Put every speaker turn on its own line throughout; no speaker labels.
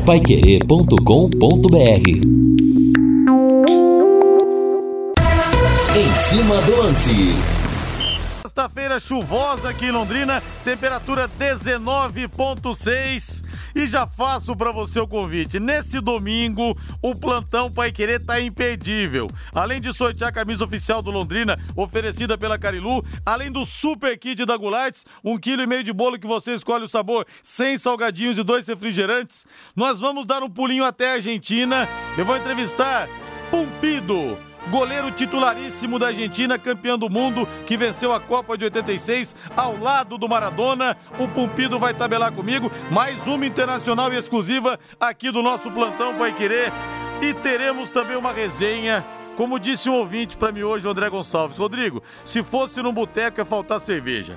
paiquerê.com.br. Em cima do lance.
Sexta-feira chuvosa aqui em Londrina, temperatura 19,6. E já faço para você o convite. Nesse domingo, o plantão Paiquerê tá imperdível. Além de sortear a camisa oficial do Londrina, oferecida pela Carilu, além do super kit da Gulates, 1,5 kg de bolo que você escolhe o sabor, 100 salgadinhos e 2 refrigerantes, nós vamos dar um pulinho até a Argentina. Eu vou entrevistar Pumpido, goleiro titularíssimo da Argentina, campeão do mundo, que venceu a Copa de 86 ao lado do Maradona. O Pumpido vai tabelar comigo, mais uma internacional e exclusiva aqui do nosso plantão Paiquerê. E teremos também uma resenha, como disse um ouvinte para mim hoje, o André Gonçalves. Rodrigo, se fosse num boteco ia faltar cerveja.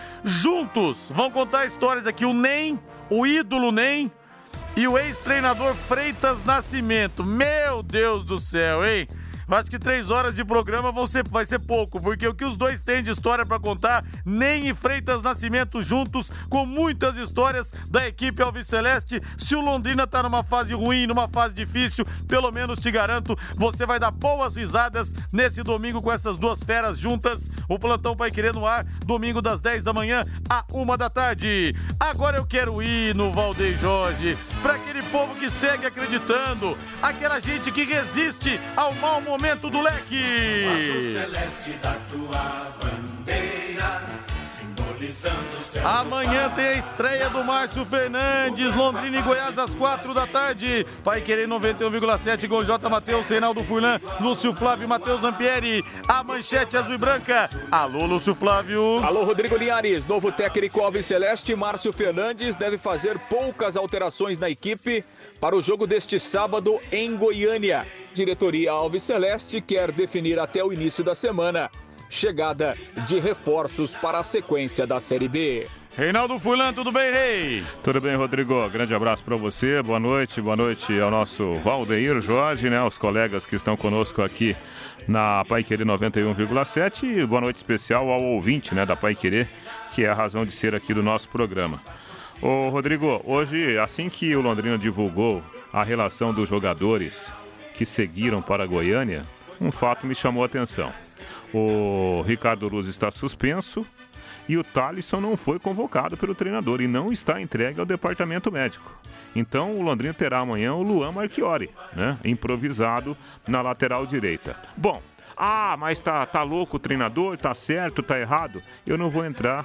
Juntos vão contar histórias aqui, o Nem, o ídolo Nem e o ex-treinador Freitas Nascimento. Meu Deus do céu, hein? Acho que 3 horas de programa vai ser pouco, porque o que os dois têm de história pra contar, Nem e Freitas Nascimento juntos, com muitas histórias da equipe Alviceleste. Se o Londrina tá numa fase ruim, numa fase difícil, pelo menos te garanto, você vai dar boas risadas nesse domingo com essas duas feras juntas. O Plantão Paiquerê no ar, domingo das 10 da manhã à 1 da tarde. Agora eu quero ir no Valdeir Jorge, pra aquele povo que segue acreditando, aquela gente que resiste ao mau momento do leque.
Azul celeste da tua bandeira, simbolizando o céu.
Amanhã tem a estreia do Márcio Fernandes, Londrina e Goiás às 4 da tarde. Paiquerê 91,7 com J. Matheus, Reinaldo Furlan, Lúcio Flávio e Matheus Zampieri. A manchete azul e branca. Alô, Lúcio Flávio.
Alô, Rodrigo Linhares. Novo técnico Alviceleste, Márcio Fernandes, deve fazer poucas alterações na equipe para o jogo deste sábado em Goiânia. Diretoria Alviceleste quer definir até o início da semana chegada de reforços para a sequência da Série B.
Reinaldo Furlan, tudo bem, Rei?
Tudo bem, Rodrigo. Grande abraço para você. Boa noite ao nosso Valdeir Jorge, né? Os colegas que estão conosco aqui na Paiquerê 91,7 e boa noite especial ao ouvinte, né, da Paiquerê, que é a razão de ser aqui do nosso programa. Ô, Rodrigo, hoje, assim que o Londrina divulgou a relação dos jogadores que seguiram para Goiânia, um fato me chamou a atenção. O Ricardo Luz está suspenso e o Thalisson não foi convocado pelo treinador e não está entregue ao departamento médico. Então o Londrina terá amanhã o Luan Marchiori, né, improvisado na lateral direita. Bom, mas tá louco o treinador, tá certo, tá errado? Eu não vou entrar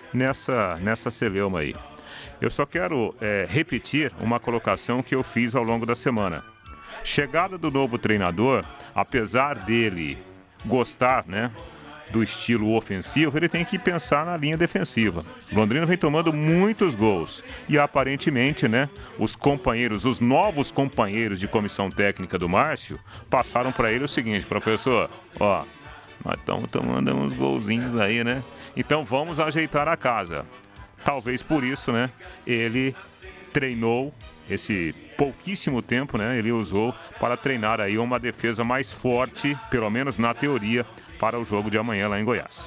nessa celeuma aí. Eu só quero repetir uma colocação que eu fiz ao longo da semana. Chegada do novo treinador, apesar dele gostar, né, do estilo ofensivo, ele tem que pensar na linha defensiva. O Londrina vem tomando muitos gols e aparentemente, né, os novos companheiros de comissão técnica do Márcio passaram para ele o seguinte: professor, nós estamos tomando uns golzinhos aí, né? Então vamos ajeitar a casa. Talvez por isso, né, ele treinou esse pouquíssimo tempo, né, ele usou para treinar aí uma defesa mais forte, pelo menos na teoria, para o jogo de amanhã lá em Goiás.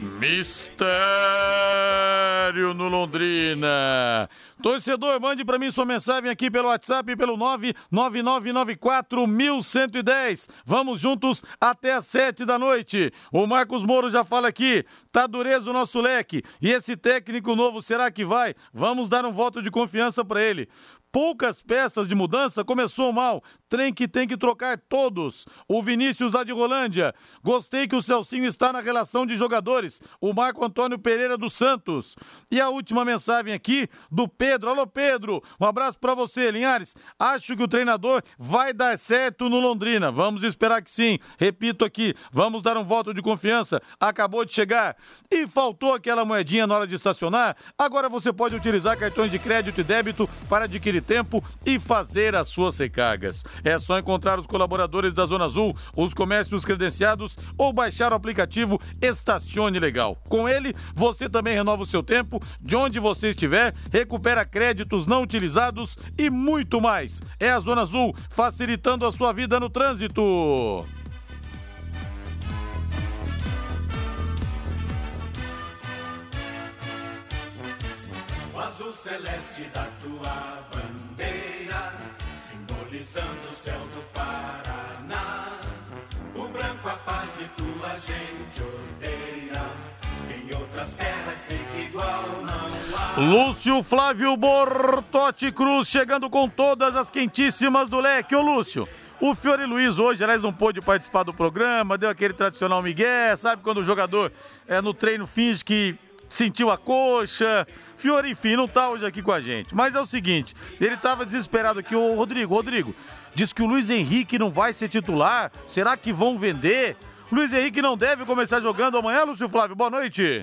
Mistério no Londrina. Torcedor, mande para mim sua mensagem aqui pelo WhatsApp pelo 99994-1110. Vamos juntos até às 7 da noite. O Marcos Moro já fala aqui, tá dureza o nosso leque. E esse técnico novo, será que vai? Vamos dar um voto de confiança para ele. Poucas peças de mudança, começou mal. Trem que tem que trocar todos. O Vinícius lá de Rolândia. Gostei que o Celcinho está na relação de jogadores. O Marco Antônio Pereira dos Santos. E a última mensagem aqui do Pedro. Alô, Pedro. Um abraço para você, Linhares. Acho que o treinador vai dar certo no Londrina. Vamos esperar que sim. Repito aqui, vamos dar um voto de confiança. Acabou de chegar. E faltou aquela moedinha na hora de estacionar. Agora você pode utilizar cartões de crédito e débito para adquirir tempo e fazer as suas recargas. É só encontrar os colaboradores da Zona Azul, os comércios credenciados ou baixar o aplicativo Estacione Legal. Com ele, você também renova o seu tempo, de onde você estiver, recupera créditos não utilizados e muito mais. É a Zona Azul, facilitando a sua vida no trânsito.
O azul celeste da tua bandeira, gente odeia. Em outras terras sei que igual não há.
Lúcio Flávio Bortotti Cruz chegando com todas as quentíssimas do leque. Ô Lúcio, o Fiore Luiz hoje, aliás, não pôde participar do programa, deu aquele tradicional migué, sabe quando o jogador no treino finge que sentiu a coxa. Fiore, enfim, não tá hoje aqui com a gente. Mas é o seguinte, ele tava desesperado aqui. Ô Rodrigo, diz que o Luiz Henrique não vai ser titular. Será que vão vender? Luiz Henrique não deve começar jogando amanhã, Lúcio Flávio? Boa noite.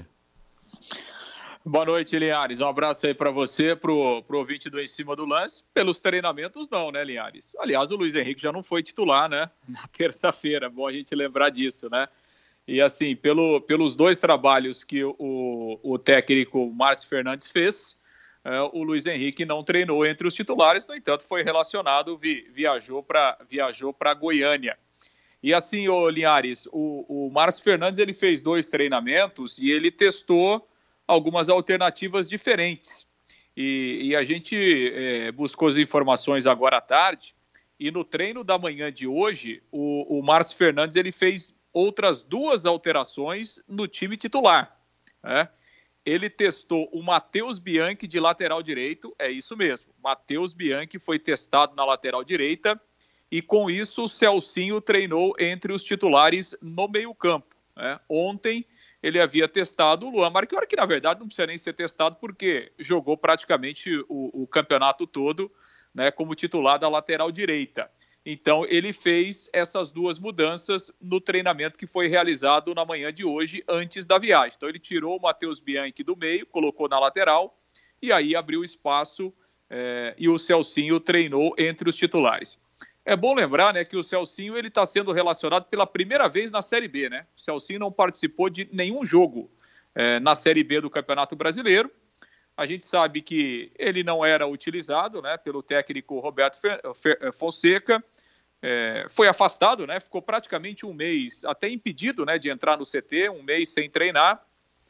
Boa noite, Linhares. Um abraço aí para você, pro ouvinte do Em Cima do Lance. Pelos treinamentos, não, né, Linhares? Aliás, o Luiz Henrique já não foi titular, né? Na terça-feira, bom a gente lembrar disso, né? E assim, pelos dois trabalhos que o técnico Márcio Fernandes fez, o Luiz Henrique não treinou entre os titulares, no entanto, foi relacionado, viajou para Goiânia. E assim, Linhares, o Márcio Fernandes ele fez 2 treinamentos e ele testou algumas alternativas diferentes. E a gente buscou as informações agora à tarde, e no treino da manhã de hoje, o Márcio Fernandes ele fez outras 2 alterações no time titular. Né? Ele testou o Matheus Bianchi de lateral direito, é isso mesmo, Matheus Bianchi foi testado na lateral direita, e com isso o Celcinho treinou entre os titulares no meio-campo. Né? Ontem ele havia testado o Luan Marchiori, que na verdade não precisa nem ser testado porque jogou praticamente o campeonato todo, né, como titular da lateral direita. Então ele fez essas 2 mudanças no treinamento que foi realizado na manhã de hoje, antes da viagem. Então ele tirou o Matheus Bianchi do meio, colocou na lateral e aí abriu espaço e o Celcinho treinou entre os titulares. É bom lembrar, né, que o Celcinho está sendo relacionado pela primeira vez na Série B. Né? O Celcinho não participou de nenhum jogo na Série B do Campeonato Brasileiro. A gente sabe que ele não era utilizado, né, pelo técnico Roberto Fonseca. Foi afastado, né, ficou praticamente um mês até impedido, né, de entrar no CT, um mês sem treinar.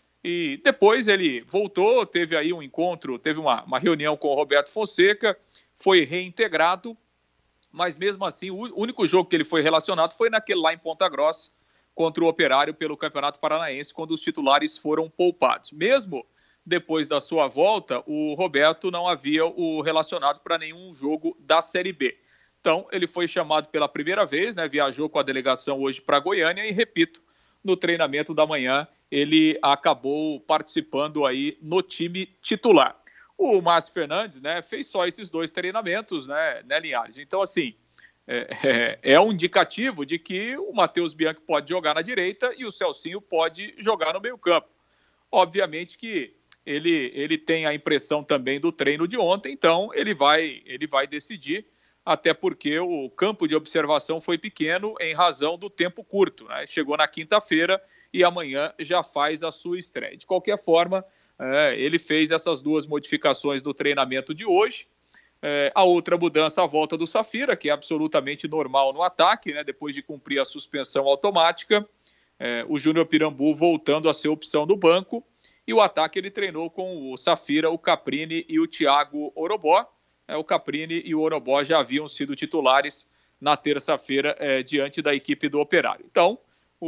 E depois ele voltou, teve aí um encontro, teve uma reunião com o Roberto Fonseca, foi reintegrado. Mas mesmo assim, o único jogo que ele foi relacionado foi naquele lá em Ponta Grossa, contra o Operário pelo Campeonato Paranaense, quando os titulares foram poupados. Mesmo depois da sua volta, o Roberto não havia o relacionado para nenhum jogo da Série B. Então, ele foi chamado pela primeira vez, né, viajou com a delegação hoje para Goiânia e, repito, no treinamento da manhã, ele acabou participando aí no time titular. O Márcio Fernandes, né, fez só esses 2 treinamentos, né, Linhares? Então, assim, é um indicativo de que o Matheus Bianchi pode jogar na direita e o Celcinho pode jogar no meio-campo. Obviamente que ele tem a impressão também do treino de ontem, então ele vai decidir, até porque o campo de observação foi pequeno em razão do tempo curto. Né? Chegou na quinta-feira e amanhã já faz a sua estreia. De qualquer forma, ele fez essas 2 modificações no treinamento de hoje. A outra mudança, a volta do Safira, que é absolutamente normal no ataque, né, depois de cumprir a suspensão automática. O Júnior Pirambu voltando a ser opção do banco. E o ataque ele treinou com o Safira, o Caprini e o Thiago Orobó. O Caprini e o Orobó já haviam sido titulares na terça-feira diante da equipe do Operário. Então,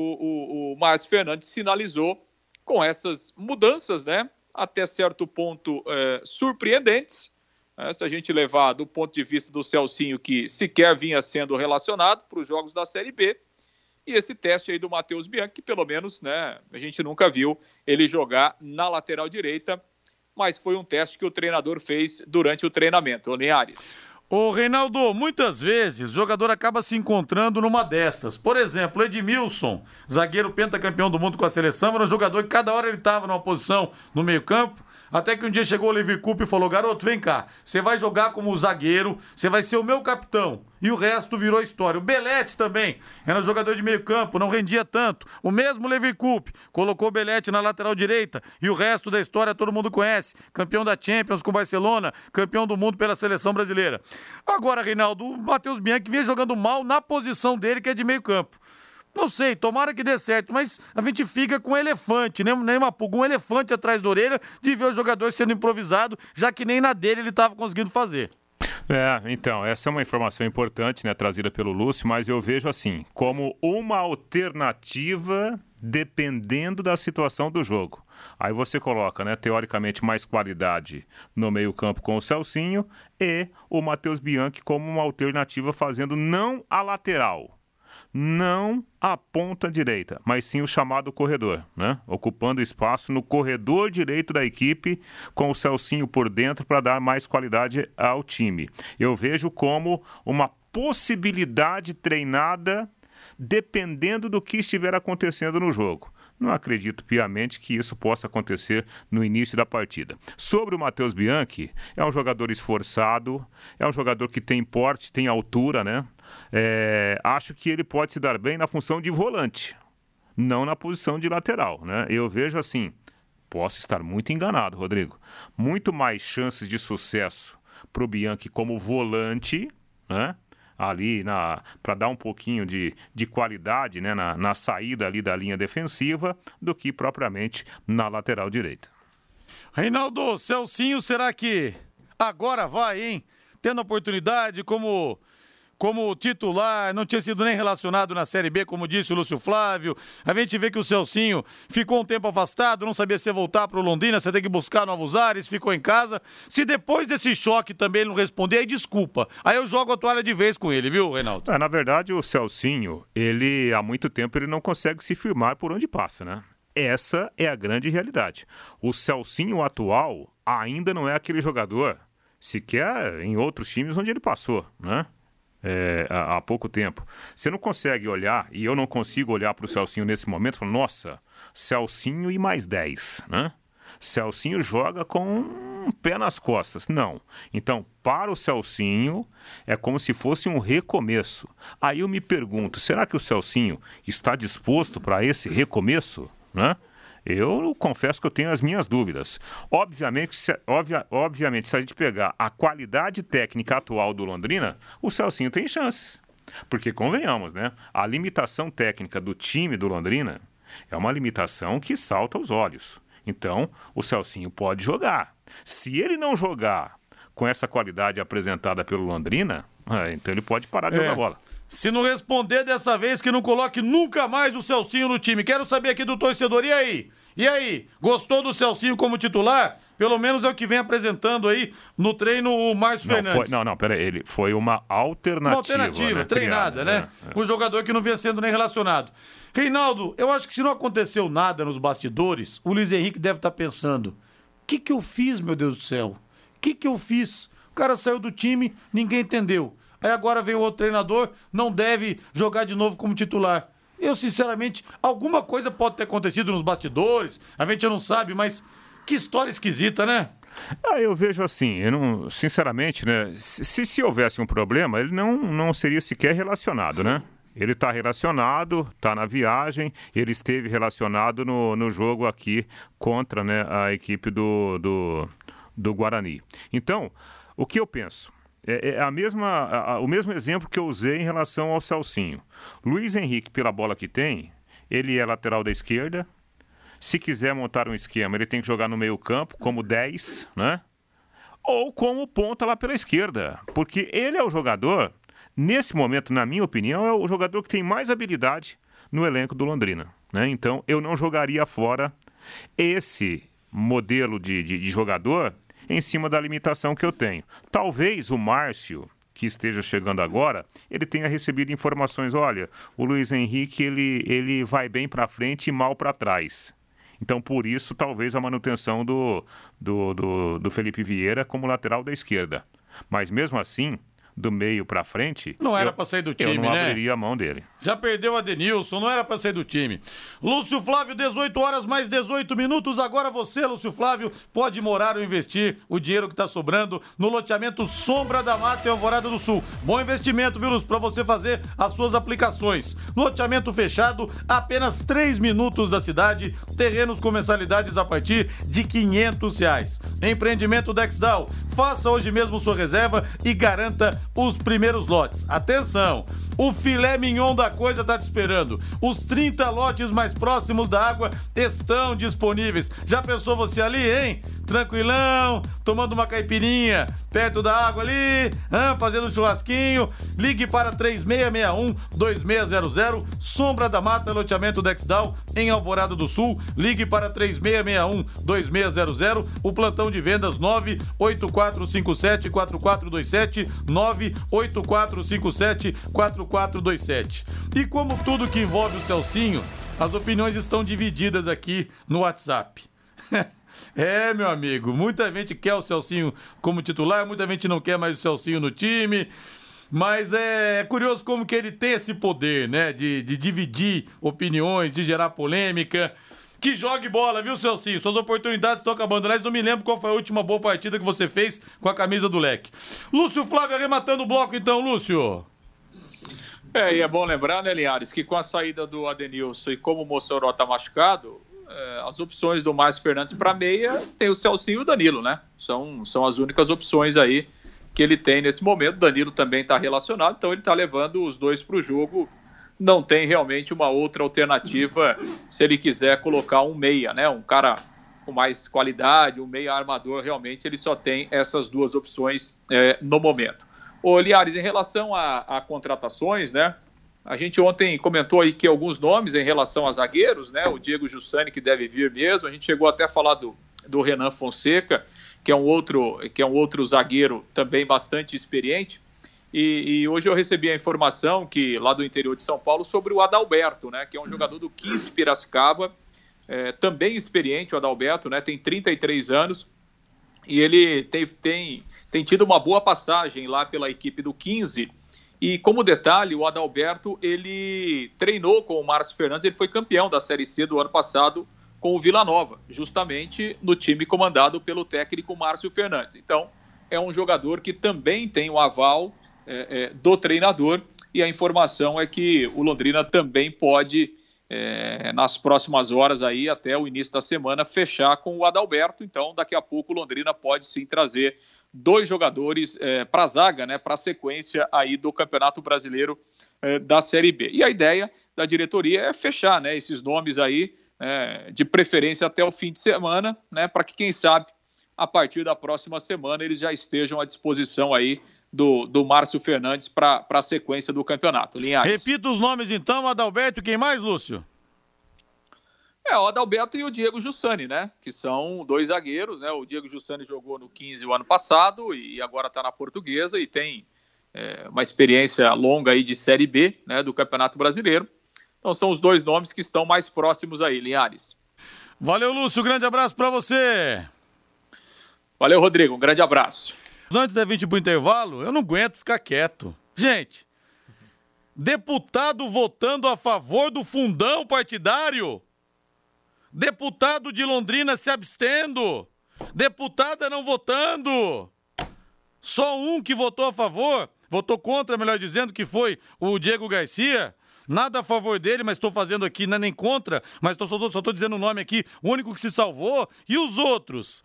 o Márcio Fernandes sinalizou com essas mudanças, né, até certo ponto surpreendentes, se a gente levar do ponto de vista do Celcinho, que sequer vinha sendo relacionado para os jogos da Série B, e esse teste aí do Matheus Bianchi, que pelo menos, né, a gente nunca viu ele jogar na lateral direita, mas foi um teste que o treinador fez durante o treinamento. Linhares.
Ô Reinaldo, muitas vezes o jogador acaba se encontrando numa dessas. Por exemplo, Edmilson, zagueiro pentacampeão do mundo com a seleção, era um jogador que cada hora ele estava numa posição no meio-campo, até que um dia chegou o Levi Coupe e falou: garoto, vem cá, você vai jogar como zagueiro, você vai ser o meu capitão. E o resto virou história. O Belete também era um jogador de meio campo, não rendia tanto. O mesmo Levi Coupe colocou o Belete na lateral direita e o resto da história todo mundo conhece. Campeão da Champions com o Barcelona, campeão do mundo pela seleção brasileira. Agora, Reinaldo, o Matheus Bianchi vinha jogando mal na posição dele, que é de meio campo. Não sei, tomara que dê certo, mas a gente fica com um elefante, nem uma pulga, um elefante atrás da orelha de ver o jogador sendo improvisado, já que nem na dele ele estava conseguindo fazer.
Então, essa é uma informação importante, né, trazida pelo Lúcio, mas eu vejo assim, como uma alternativa dependendo da situação do jogo. Aí você coloca, né, teoricamente, mais qualidade no meio-campo com o Celcinho e o Matheus Bianchi como uma alternativa, fazendo não a lateral, não a ponta direita, mas sim o chamado corredor, né? Ocupando espaço no corredor direito da equipe, com o Celcinho por dentro para dar mais qualidade ao time. Eu vejo como uma possibilidade treinada dependendo do que estiver acontecendo no jogo. Não acredito piamente que isso possa acontecer no início da partida. Sobre o Matheus Bianchi, é um jogador esforçado, é um jogador que tem porte, tem altura, né? Acho que ele pode se dar bem na função de volante, não na posição de lateral, né? Eu vejo assim, posso estar muito enganado, Rodrigo, muito mais chances de sucesso para o Bianchi como volante, né? Ali para dar um pouquinho de qualidade, né, na saída ali da linha defensiva, do que propriamente na lateral direita.
Reinaldo, Celcinho, será que agora vai, hein? Tendo oportunidade como titular, não tinha sido nem relacionado na Série B, como disse o Lúcio Flávio. A gente vê que o Celcinho ficou um tempo afastado, não sabia se ia voltar para o Londrina, você tem que buscar novos ares, ficou em casa. Se depois desse choque também ele não responder, aí desculpa. Aí eu jogo a toalha de vez com ele, viu, Reinaldo?
Na verdade, o Celcinho, ele há muito tempo ele não consegue se firmar por onde passa, né? Essa é a grande realidade. O Celcinho atual ainda não é aquele jogador, sequer em outros times onde ele passou, né? Há pouco tempo. Você não consegue olhar, e eu não consigo olhar para o Celcinho nesse momento e falar, nossa, Celcinho e mais 10, né? Celcinho joga com um pé nas costas. Não. Então, para o Celcinho, é como se fosse um recomeço. Aí eu me pergunto, será que o Celcinho está disposto para esse recomeço, né? Eu confesso que eu tenho as minhas dúvidas. Obviamente, se a gente pegar a qualidade técnica atual do Londrina, o Celcinho tem chances. Porque, convenhamos, né? A limitação técnica do time do Londrina é uma limitação que salta aos olhos. Então, o Celcinho pode jogar. Se ele não jogar com essa qualidade apresentada pelo Londrina, então ele pode parar de jogar bola.
Se não responder dessa vez, que não coloque nunca mais o Celcinho no time. Quero saber aqui do torcedor, e aí? E aí? Gostou do Celcinho como titular? Pelo menos é o que vem apresentando aí no treino o Márcio Fernandes.
Peraí, ele foi uma alternativa. Uma
alternativa, né? Treinada, né? Com um jogador que não vinha sendo nem relacionado. Reinaldo, eu acho que se não aconteceu nada nos bastidores, o Luiz Henrique deve estar pensando, o que eu fiz, meu Deus do céu? O que eu fiz? O cara saiu do time, ninguém entendeu. Aí agora vem o outro treinador, não deve jogar de novo como titular. Eu, sinceramente, alguma coisa pode ter acontecido nos bastidores, a gente não sabe, mas que história esquisita, né?
Eu vejo assim, sinceramente, né? Se houvesse um problema, ele não seria sequer relacionado, né? Ele está relacionado, está na viagem, ele esteve relacionado no jogo aqui contra, né, a equipe do Guarani. Então, o que eu penso? O mesmo exemplo que eu usei em relação ao Celcinho. Luiz Henrique, pela bola que tem, ele é lateral da esquerda. Se quiser montar um esquema, ele tem que jogar no meio campo, como 10, né? Ou como ponta lá pela esquerda. Porque ele é o jogador, nesse momento, na minha opinião, é o jogador que tem mais habilidade no elenco do Londrina, né? Então, eu não jogaria fora esse modelo de jogador em cima da limitação que eu tenho. Talvez o Márcio, que esteja chegando agora, ele tenha recebido informações, olha, o Luiz Henrique ele vai bem para frente e mal para trás. Então, por isso, talvez a manutenção do Felipe Vieira como lateral da esquerda. Mas, mesmo assim, do meio para frente...
Não era para sair do time, né?
Eu não abriria a mão dele.
Já perdeu a Denilson, não era para sair do time. Lúcio Flávio, 18 horas mais 18 minutos. Agora você, Lúcio Flávio, pode morar ou investir o dinheiro que está sobrando no loteamento Sombra da Mata em Alvorada do Sul. Bom investimento, viu, Lúcio, para você fazer as suas aplicações. Loteamento fechado, apenas 3 minutos da cidade, terrenos com mensalidades a partir de R$500. Empreendimento Dexdal. Faça hoje mesmo sua reserva e garanta os primeiros lotes. Atenção, o filé mignon da coisa tá te esperando. Os 30 lotes mais próximos da água estão disponíveis. Já pensou você ali, hein? tranquilão, tomando uma caipirinha perto da água ali, fazendo um churrasquinho. Ligue para 3661-2600, Sombra da Mata, loteamento Dexdal, em Alvorada do Sul. Ligue para 3661-2600, o plantão de vendas 98457-4427, 98457-4427. E como tudo que envolve o Celcinho, as opiniões estão divididas aqui no WhatsApp. É, meu amigo, muita gente quer o Celcinho como titular, muita gente não quer mais o Celcinho no time, mas é curioso como que ele tem esse poder, né, de dividir opiniões, de gerar polêmica. Que jogue bola, viu, Celcinho? Suas oportunidades estão acabando. Aliás, não me lembro qual foi a última boa partida que você fez com a camisa do Leque. Lúcio Flávio arrematando o bloco então, Lúcio.
E é bom lembrar, né, Linhares, que com a saída do Adenilson e como o Mossoró tá machucado, as opções do Márcio Fernandes para meia tem o Celcinho e o Danilo, né? São as únicas opções aí que ele tem nesse momento. O Danilo também está relacionado, então ele está levando os dois para o jogo. Não tem realmente uma outra alternativa se ele quiser colocar um meia, né? Um cara com mais qualidade, um meia armador, realmente ele só tem essas duas opções no momento. Ô, Linhares, em relação a contratações, né? A gente ontem comentou aí que alguns nomes em relação a zagueiros, né? O Diego Jussani, que deve vir mesmo. A gente chegou até a falar do Renan Fonseca, que é um outro zagueiro também bastante experiente. E hoje eu recebi a informação que lá do interior de São Paulo sobre o Adalberto, né? Que é um jogador do 15 de Piracicaba, também experiente, o Adalberto, né? Tem 33 anos. E ele tem tido uma boa passagem lá pela equipe do 15. E como detalhe, o Adalberto, ele treinou com o Márcio Fernandes, ele foi campeão da Série C do ano passado com o Vila Nova, justamente no time comandado pelo técnico Márcio Fernandes. Então, é um jogador que também tem o aval do treinador, e a informação é que o Londrina também pode, nas próximas horas aí, até o início da semana, fechar com o Adalberto. Então, daqui a pouco o Londrina pode sim trazer dois jogadores para a zaga, né, para a sequência aí do Campeonato Brasileiro da Série B. E a ideia da diretoria é fechar, né, esses nomes aí, de preferência até o fim de semana, né, para que, quem sabe, a partir da próxima semana eles já estejam à disposição aí do Márcio Fernandes para a sequência do campeonato. Linhares.
Repita os nomes então, Adalberto, quem mais, Lúcio?
O Adalberto e o Diego Jussani, né? Que são dois zagueiros, né? O Diego Jussani jogou no 15 o ano passado e agora está na Portuguesa e tem uma experiência longa aí de Série B, né? Do Campeonato Brasileiro. Então são os dois nomes que estão mais próximos aí, Linhares.
Valeu, Lúcio. Grande abraço para você.
Valeu, Rodrigo. Um grande abraço.
Antes da gente ir pro intervalo, eu não aguento ficar quieto. Gente, deputado votando a favor do fundão partidário. Deputado de Londrina se abstendo. Deputada não votando. Só um que votou a favor, votou contra, melhor dizendo, que foi o Diego Garcia. Nada a favor dele, mas estou fazendo aqui, não é nem contra, mas só estou dizendo o nome aqui, o único que se salvou. E os outros?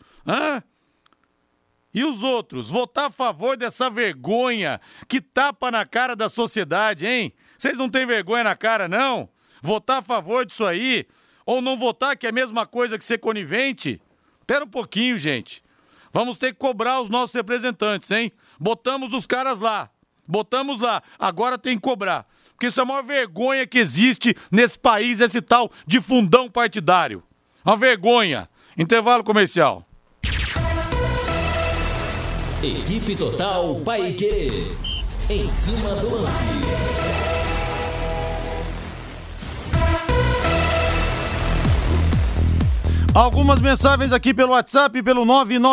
E os outros? Votar a favor dessa vergonha que tapa na cara da sociedade, hein? Vocês não têm vergonha na cara, não? Votar a favor disso aí? Ou não votar, que é a mesma coisa que ser conivente? Espera um pouquinho, gente. Vamos ter que cobrar os nossos representantes, hein? Botamos os caras lá. Botamos lá. Agora tem que cobrar. Porque isso é a maior vergonha que existe nesse país, esse tal de fundão partidário. Uma vergonha. Intervalo comercial.
Equipe Total Paiquerê. Em cima do lance.
Algumas mensagens aqui pelo WhatsApp, pelo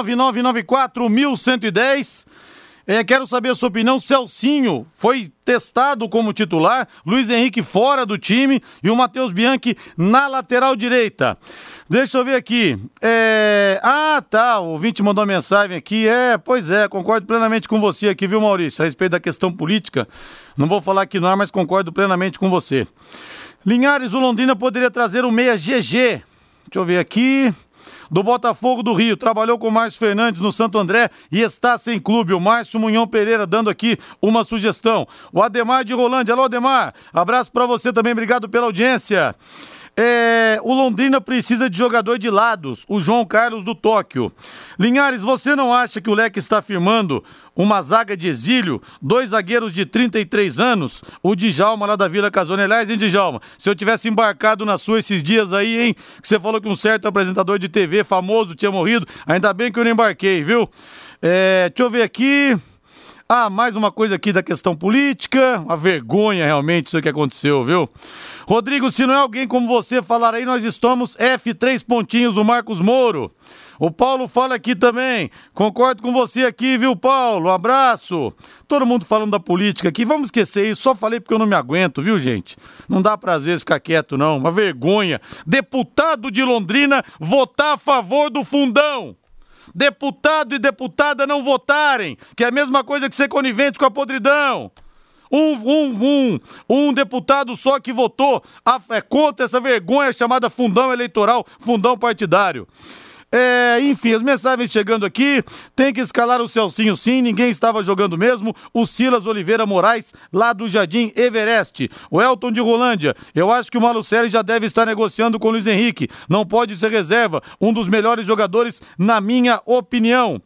99994-1110. Quero saber a sua opinião. Celcinho foi testado como titular, Luiz Henrique fora do time e o Matheus Bianchi na lateral direita. Deixa eu ver aqui. O ouvinte mandou uma mensagem aqui. Pois é, concordo plenamente com você aqui, viu, Maurício? A respeito da questão política. Não vou falar aqui no ar, mas concordo plenamente com você. Linhares, o Londrina poderia trazer o meia GG. Deixa eu ver aqui. Do Botafogo do Rio, trabalhou com o Márcio Fernandes no Santo André e está sem clube. O Márcio Munhão Pereira dando aqui uma sugestão. O Ademar de Rolândia. Alô, Ademar. Abraço para você também, obrigado pela audiência. O Londrina precisa de jogador de lados, o João Carlos do Tóquio. Linhares, você não acha que o Leque está firmando uma zaga de exílio, 2 zagueiros de 33 anos, o Djalma lá da Vila Casone? Aliás, hein, Djalma, se eu tivesse embarcado na sua esses dias aí, hein, que você falou que um certo apresentador de TV famoso tinha morrido, ainda bem que eu não embarquei, viu? Deixa eu ver aqui... mais uma coisa aqui da questão política, uma vergonha realmente isso que aconteceu, viu? Rodrigo, se não é alguém como você falar aí, nós estamos F3 pontinhos, o Marcos Moro. O Paulo fala aqui também, concordo com você aqui, viu, Paulo? Um abraço. Todo mundo falando da política aqui, vamos esquecer isso, só falei porque eu não me aguento, viu, gente? Não dá pra às vezes ficar quieto, não, uma vergonha. Deputado de Londrina votar a favor do fundão. Deputado e deputada não votarem, que é a mesma coisa que ser conivente com a podridão. Um deputado só que votou contra essa vergonha chamada fundão eleitoral, fundão partidário. Enfim, as mensagens chegando aqui, tem que escalar o Celcinho sim, ninguém estava jogando mesmo, o Silas Oliveira Moraes, lá do Jardim Everest, o Elton de Rolândia, eu acho que o Malucelli já deve estar negociando com o Luiz Henrique, não pode ser reserva, um dos melhores jogadores, na minha opinião.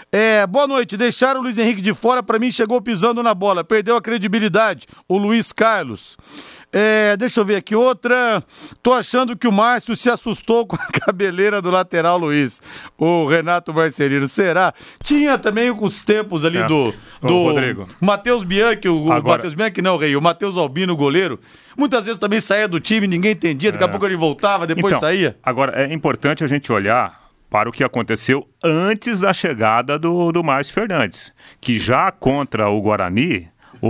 Boa noite, deixaram o Luiz Henrique de fora, pra mim chegou pisando na bola, perdeu a credibilidade, o Luiz Carlos. Deixa eu ver aqui outra. Tô achando que o Márcio se assustou com a cabeleira do lateral Luiz. O Renato Marcelino, será? Tinha também os tempos ali do
Rodrigo.
Matheus Bianchi, Matheus Bianchi não, Rei, o Matheus Albino, goleiro. Muitas vezes também saía do time, ninguém entendia, daqui a pouco ele voltava, depois saía.
Agora, é importante a gente olhar para o que aconteceu antes da chegada do Márcio Fernandes, que já contra o Guarani...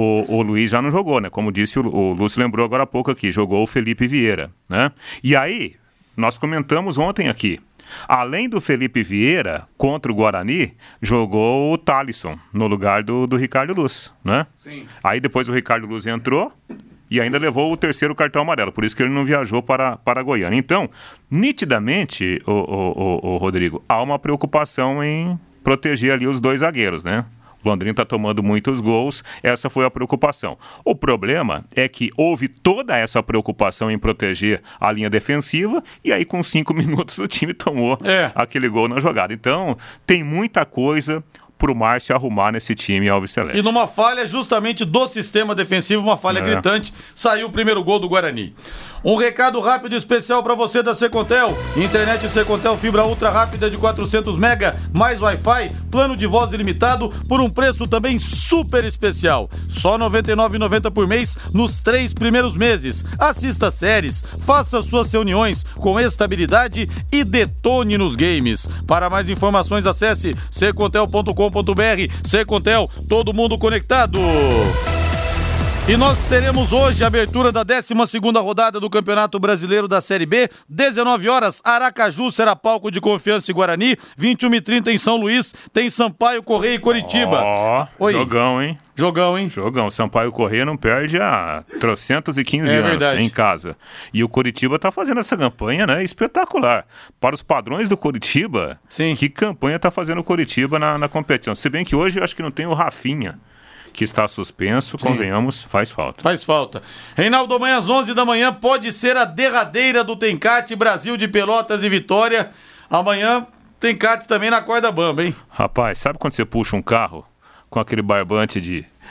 O Luiz já não jogou, né? Como disse o Lúcio, lembrou agora há pouco aqui, jogou o Felipe Vieira, né? E aí, nós comentamos ontem aqui, além do Felipe Vieira, contra o Guarani, jogou o Thalisson, no lugar do Ricardo Luz, né? Sim. Aí depois o Ricardo Luz entrou e ainda levou o 3º cartão amarelo, por isso que ele não viajou para Goiânia. Então, nitidamente, o Rodrigo, há uma preocupação em proteger ali os 2 zagueiros, né? O Londrina está tomando muitos gols, essa foi a preocupação. O problema é que houve toda essa preocupação em proteger a linha defensiva e aí com 5 minutos o time tomou aquele gol na jogada. Então tem muita coisa pro Márcio arrumar nesse time alviceleste.
E numa falha justamente do sistema defensivo, uma falha gritante, saiu o primeiro gol do Guarani. Um recado rápido e especial para você da Secontel. Internet Secontel, fibra ultra rápida de 400 mega, mais Wi-Fi, plano de voz ilimitado, por um preço também super especial. Só R$ 99,90 por mês nos 3 primeiros meses. Assista séries, faça suas reuniões com estabilidade e detone nos games. Para mais informações, acesse secontel.com.br. Secontel, todo mundo conectado. E nós teremos hoje a abertura da 12ª rodada do Campeonato Brasileiro da Série B, 19 horas, Aracaju será palco de Confiança e Guarani, 21h30 em São Luís, tem Sampaio Corrêa e Coritiba.
Jogão, hein?
Jogão, hein?
Jogão. Sampaio Corrêa não perde há 315 anos
verdade.
Em casa. E o Coritiba tá fazendo essa campanha, né? Espetacular. Para os padrões do Coritiba,
sim,
que campanha tá fazendo o Coritiba na competição. Se bem que hoje eu acho que não tem o Rafinha, que está suspenso, sim, convenhamos, faz falta.
Faz falta. Reinaldo, amanhã às 11 da manhã pode ser a derradeira do Tencate, Brasil de Pelotas e Vitória. Amanhã, Tencate também na corda bamba, hein?
Rapaz, sabe quando você puxa um carro com aquele barbante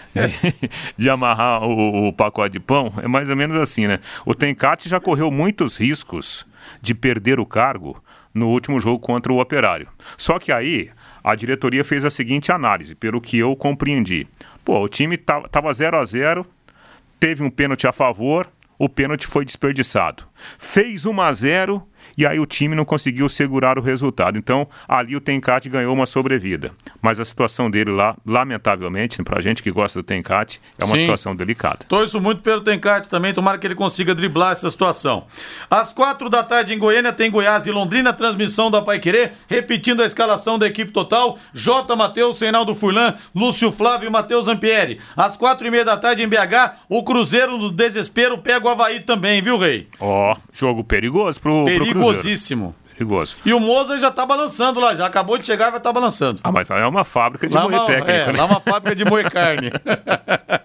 de amarrar o pacote de pão? É mais ou menos assim, né? O Tencate já correu muitos riscos de perder o cargo no último jogo contra o Operário. Só que aí a diretoria fez a seguinte análise, pelo que eu compreendi. O time estava 0-0, teve um pênalti a favor, o pênalti foi desperdiçado. Fez 1-0 e aí o time não conseguiu segurar o resultado. Então, ali o Tencate ganhou uma sobrevida. Mas a situação dele lá, lamentavelmente, pra gente que gosta do Tencate, é uma situação delicada.
Torço muito pelo Tencate também, tomara que ele consiga driblar essa situação. Às 4 da tarde em Goiânia tem Goiás e Londrina, transmissão da Paiquerê, repetindo a escalação da equipe total, J. Matheus, Reinaldo Furlan, Lúcio Flávio e Matheus Zampieri. Às 4:30 da tarde em BH, o Cruzeiro no desespero pega o Avaí também, viu, Rei?
Jogo perigoso pro Cruzeiro.
Perigosíssimo.
Perigoso.
E o Moza já tá balançando lá, já acabou de chegar e vai estar balançando.
Mas é uma fábrica de moer técnico, né?
Lá é uma fábrica de moer carne.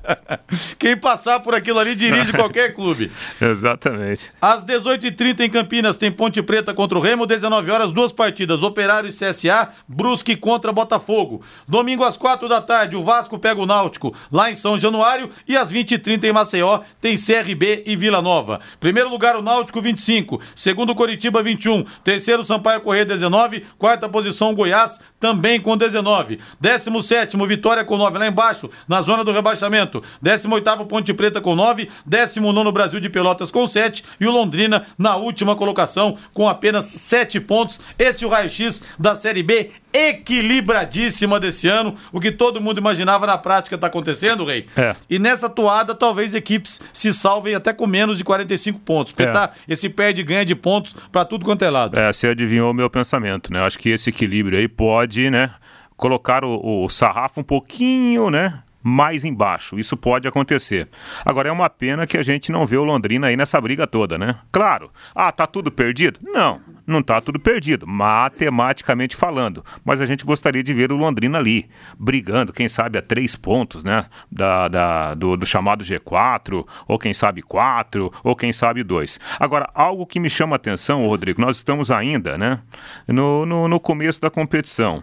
Quem passar por aquilo ali dirige qualquer clube.
Exatamente.
Às 18h30 em Campinas tem Ponte Preta contra o Remo, 19 horas, 2 partidas, Operário e CSA, Brusque contra Botafogo. Domingo às 4 da tarde, o Vasco pega o Náutico lá em São Januário e às 20h30 em Maceió tem CRB e Vila Nova. Primeiro lugar o Náutico 25, segundo Coritiba 21, terceiro Sampaio Corrêa 19, quarta posição Goiás também com 19, 17º Vitória com 9 lá embaixo, na zona do rebaixamento, 18º Ponte Preta com 9, 19º Brasil de Pelotas com 7 e o Londrina na última colocação com apenas 7 pontos. Esse é o raio-x da Série B, equilibradíssima desse ano, o que todo mundo imaginava na prática está acontecendo, Rei. E nessa toada talvez equipes se salvem até com menos de 45 pontos, porque tá esse perde e ganha de pontos para tudo quanto é lado.
Você adivinhou o meu pensamento, né? Acho que esse equilíbrio aí pode, né, colocar o sarrafo um pouquinho, né, mais embaixo. Isso pode acontecer. Agora, é uma pena que a gente não vê o Londrina aí nessa briga toda, né? Claro. Tá tudo perdido? Não tá tudo perdido, matematicamente falando. Mas a gente gostaria de ver o Londrina ali, brigando, quem sabe a 3 pontos, né? Do chamado G4, ou quem sabe 4, ou quem sabe 2. Agora, algo que me chama a atenção, Rodrigo, nós estamos ainda, né, no começo da competição.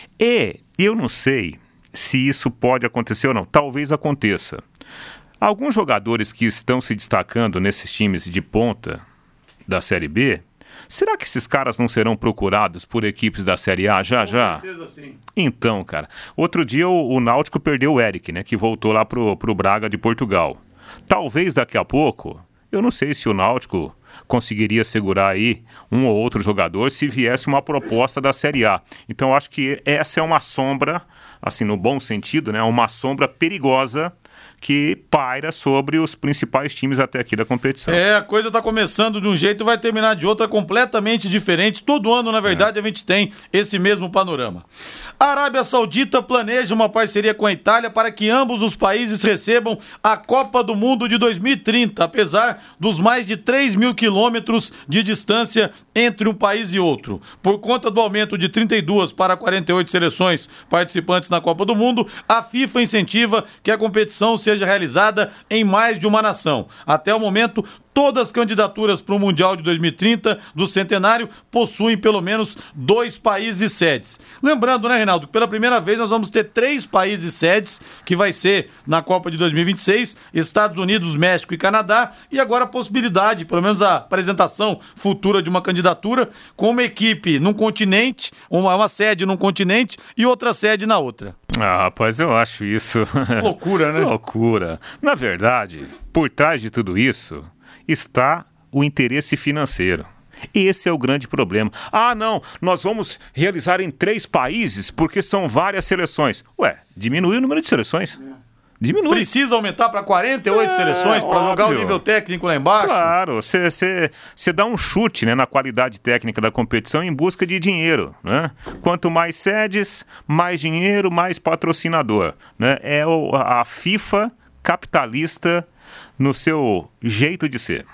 E eu não sei se isso pode acontecer ou não. Talvez aconteça. Alguns jogadores que estão se destacando nesses times de ponta da Série B, será que esses caras não serão procurados por equipes da Série A já?
Com certeza sim.
Então, cara, outro dia o Náutico perdeu o Eric, né, que voltou lá pro Braga de Portugal. Talvez daqui a pouco, eu não sei se o Náutico conseguiria segurar aí um ou outro jogador se viesse uma proposta da Série A. Então, eu acho que essa é uma sombra, assim, no bom sentido, né? Uma sombra perigosa que paira sobre os principais times até aqui da competição.
A coisa tá começando de um jeito e vai terminar de outra completamente diferente. Todo ano, na verdade, a gente tem esse mesmo panorama. A Arábia Saudita planeja uma parceria com a Itália para que ambos os países recebam a Copa do Mundo de 2030, apesar dos mais de 3 mil quilômetros de distância entre um país e outro. Por conta do aumento de 32 para 48 seleções participantes na Copa do Mundo, a FIFA incentiva que a competição seja realizada em mais de uma nação. Até o momento, todas as candidaturas para o Mundial de 2030 do Centenário possuem pelo menos 2 países sedes. Lembrando, né, Reinaldo, que pela primeira vez nós vamos ter 3 países sedes, que vai ser na Copa de 2026, Estados Unidos, México e Canadá, e agora a possibilidade, pelo menos a apresentação futura de uma candidatura com uma equipe num continente, uma sede num continente e outra sede na outra.
Rapaz, eu acho isso...
Loucura, né?
Loucura. Na verdade, por trás de tudo isso está o interesse financeiro. Esse é o grande problema. Não, nós vamos realizar em 3 países porque são várias seleções. Diminui o número de seleções. Diminui.
Precisa aumentar para 48 seleções para jogar o nível técnico lá embaixo?
Claro, você dá um chute, né, na qualidade técnica da competição em busca de dinheiro, né? Quanto mais sedes, mais dinheiro, mais patrocinador, né? É a FIFA capitalista no seu jeito de ser.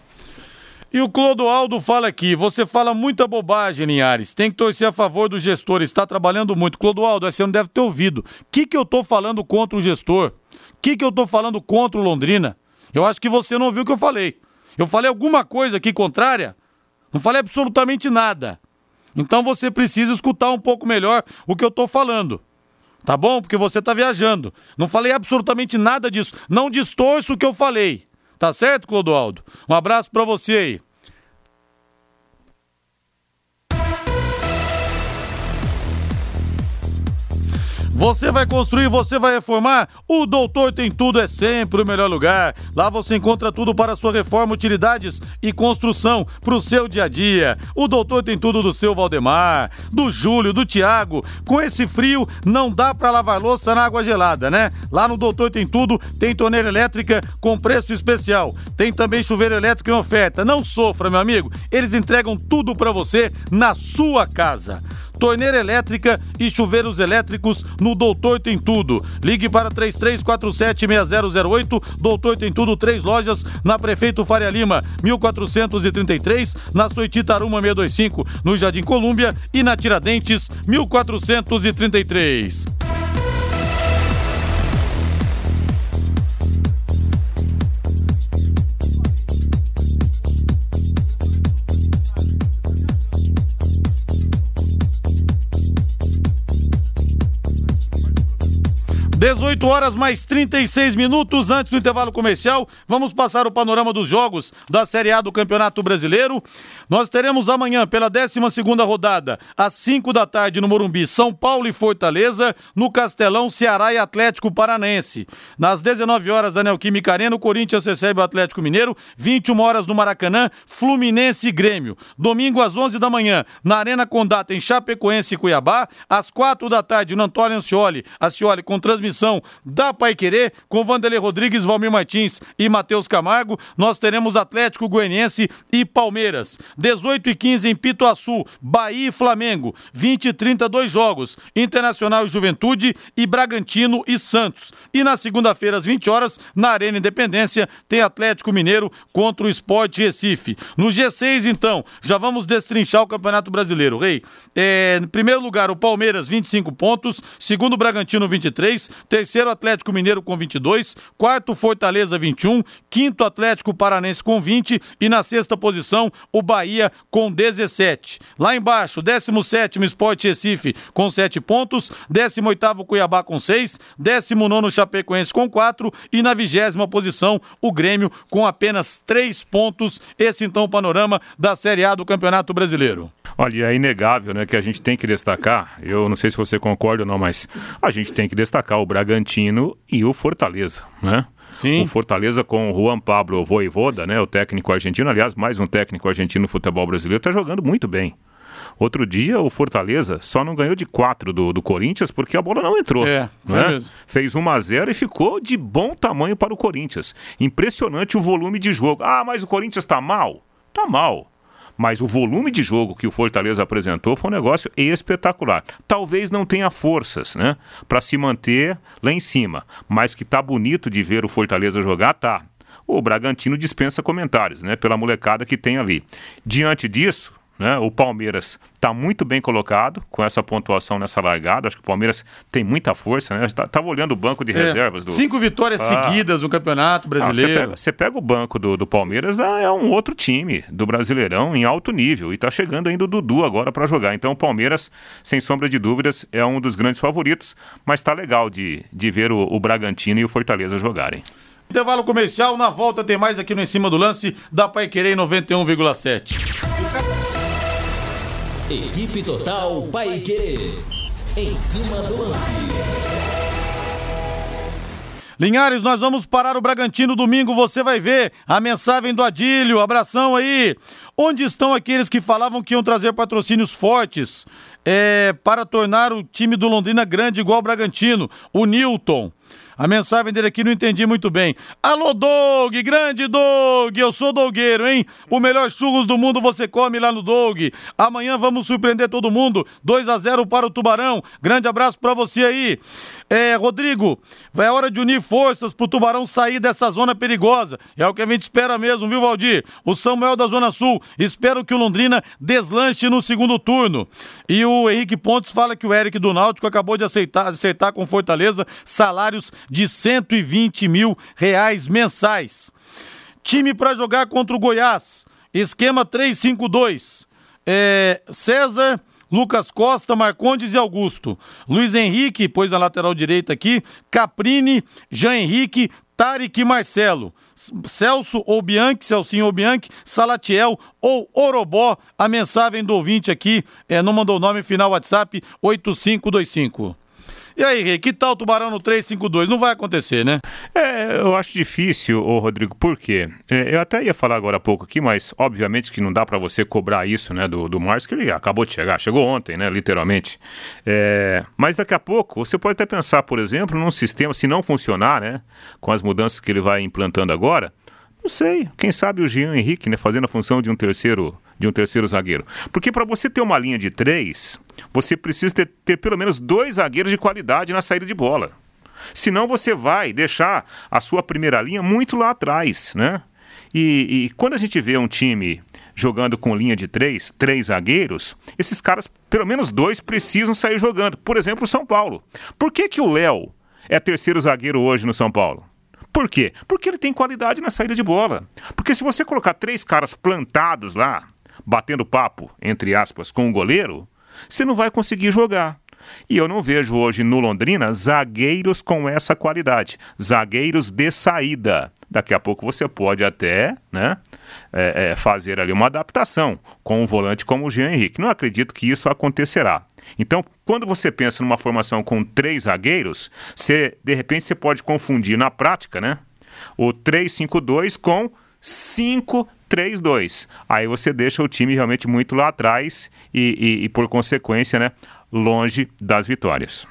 E o Clodoaldo fala aqui, você fala muita bobagem, Linhares, tem que torcer a favor do gestor, está trabalhando muito. Clodoaldo, você não deve ter ouvido. O que eu tô falando contra o gestor? O que eu tô falando contra o Londrina? Eu acho que você não ouviu o que eu falei. Eu falei alguma coisa aqui contrária? Não falei absolutamente nada. Então você precisa escutar um pouco melhor o que eu tô falando. Tá bom? Porque você tá viajando. Não falei absolutamente nada disso. Não distorço o que eu falei. Tá certo, Clodoaldo? Um abraço pra você aí. Você vai construir, você vai reformar? O Doutor Tem Tudo é sempre o melhor lugar. Lá você encontra tudo para a sua reforma, utilidades e construção para o seu dia a dia. O Doutor Tem Tudo do seu Valdemar, do Júlio, do Tiago. Com esse frio, não dá para lavar louça na água gelada, né? Lá no Doutor Tem Tudo, tem torneira elétrica com preço especial. Tem também chuveiro elétrico em oferta. Não sofra, meu amigo. Eles entregam tudo para você na sua casa. Torneira elétrica e chuveiros elétricos no Doutor Tem Tudo. Ligue para 3347-6008. Doutor Tem Tudo, 3 lojas na Prefeito Faria Lima, 1433, na Soititaruma 625, no Jardim Colúmbia e na Tiradentes, 1433. 18 horas mais 36 minutos antes do intervalo comercial. Vamos passar o panorama dos jogos da Série A do Campeonato Brasileiro. Nós teremos amanhã, pela 12ª rodada, às 5 da tarde no Morumbi, São Paulo e Fortaleza. No Castelão, Ceará e Atlético Paranaense. Nas 19 horas da Neoquímica Arena, o Corinthians recebe o Atlético Mineiro. 21 horas no Maracanã, Fluminense e Grêmio. Domingo às 11 da manhã, na Arena Condá, em Chapecoense e Cuiabá. Às 4 da tarde, no Antônio Ascioli com transmissão da Paiquerê, com Vanderlei Rodrigues, Valmir Martins e Matheus Camargo. Nós teremos Atlético Goianiense e Palmeiras. 18h15 em Pituaçu, Bahia e Flamengo. 20h30, 2 jogos, Internacional e Juventude e Bragantino e Santos. E na segunda-feira, às 20 horas, na Arena Independência, tem Atlético Mineiro contra o Sport Recife. No G6, então, já vamos destrinchar o Campeonato Brasileiro. Rei, em primeiro lugar, o Palmeiras, 25 pontos. Segundo, o Bragantino, 23. Terceiro, Atlético Mineiro com 22. Quarto, Fortaleza, 21. Quinto, Atlético Paranaense com 20. E na sexta posição, o Bahia com 17. Lá embaixo, 17º, Sport Recife com 7 pontos. 18º, Cuiabá com 6. 19º, Chapecoense com 4. E na 20ª posição, o Grêmio com apenas 3 pontos. Esse, então, o panorama da Série A do Campeonato Brasileiro.
Olha, é inegável, né, que a gente tem que destacar, eu não sei se você concorda ou não, mas a gente tem que destacar o Bragantino e o Fortaleza, né?
Sim.
O Fortaleza com o Juan Pablo Voivoda, né, o técnico argentino, aliás, mais um técnico argentino no futebol brasileiro, está jogando muito bem. Outro dia o Fortaleza só não ganhou de 4 do Corinthians porque a bola não entrou.
Foi mesmo.
Fez 1-0 e ficou de bom tamanho para o Corinthians. Impressionante o volume de jogo. Ah, mas o Corinthians está mal? Está mal. Mas o volume de jogo que o Fortaleza apresentou foi um negócio espetacular. Talvez não tenha forças, né, para se manter lá em cima, mas que tá bonito de ver o Fortaleza jogar, tá. O Bragantino dispensa comentários, né, pela molecada que tem ali. Diante disso, né, o Palmeiras está muito bem colocado com essa pontuação nessa largada. Acho que o Palmeiras tem muita força, né? Estava olhando o banco de reservas.
5 vitórias seguidas no Campeonato Brasileiro.
Você pega o banco do Palmeiras, é um outro time do Brasileirão em alto nível. E está chegando ainda o Dudu agora para jogar. Então o Palmeiras, sem sombra de dúvidas, é um dos grandes favoritos. Mas está legal de ver o Bragantino e o Fortaleza jogarem.
Intervalo comercial, na volta tem mais aqui no Em Cima do Lance da Paiquerê 91,7.
Equipe Total Paiquerê. Em Cima do Lance.
Linhares, nós vamos parar o Bragantino domingo, você vai ver a mensagem do Adílio, abração aí. Onde estão aqueles que falavam que iam trazer patrocínios fortes para tornar o time do Londrina grande igual o Bragantino? O Newton. A mensagem dele aqui não entendi muito bem. Alô, Doug, grande Doug, eu sou dogueiro, hein? O melhor churros do mundo você come lá no Doug. Amanhã vamos surpreender todo mundo, 2-0 para o Tubarão. Grande abraço pra você aí. Rodrigo, vai a hora de unir forças pro Tubarão sair dessa zona perigosa. É o que a gente espera mesmo, viu, Valdir? O Samuel da Zona Sul, espero que o Londrina deslanche no segundo turno. E o Henrique Pontes fala que o Eric do Náutico acabou de acertar com Fortaleza salários de R$120 mil mensais. Time para jogar contra o Goiás, esquema 3-5-2. César, Lucas Costa, Marcondes e Augusto. Luiz Henrique, pôs na lateral direita aqui, Caprini, Jean Henrique, Tarek e Marcelo. Celso ou Bianchi, Celcinho ou Bianchi, Salatiel ou Orobó. A mensagem do ouvinte aqui, não mandou o nome, final WhatsApp 8525. E aí, Rei, que tal o Tubarão no 3-5-2? Não vai acontecer, né?
Eu acho difícil, Rodrigo, por quê? Eu até ia falar agora há pouco aqui, mas obviamente que não dá pra você cobrar isso, né, do Márcio, que ele acabou de chegar, chegou ontem, né, literalmente. Mas daqui a pouco, você pode até pensar, por exemplo, num sistema, se não funcionar, né, com as mudanças que ele vai implantando agora, não sei, quem sabe o Jean Henrique, né, fazendo a função de um terceiro zagueiro. Porque para você ter uma linha de 3, você precisa ter pelo menos 2 zagueiros de qualidade na saída de bola. Senão você vai deixar a sua primeira linha muito lá atrás, né? E quando a gente vê um time jogando com linha de 3 zagueiros, esses caras, pelo menos 2, precisam sair jogando. Por exemplo, o São Paulo. Por que o Léo é terceiro zagueiro hoje no São Paulo? Por quê? Porque ele tem qualidade na saída de bola. Porque se você colocar 3 caras plantados lá, batendo papo, entre aspas, com o goleiro, você não vai conseguir jogar. E eu não vejo hoje no Londrina zagueiros com essa qualidade, zagueiros de saída. Daqui a pouco você pode até, né, fazer ali uma adaptação com um volante como o Jean Henrique. Não acredito que isso acontecerá. Então, quando você pensa numa formação com 3 zagueiros, de repente você pode confundir na prática, né, o 3-5-2 com 5-3-2. Aí você deixa o time realmente muito lá atrás e por consequência, né, longe das vitórias.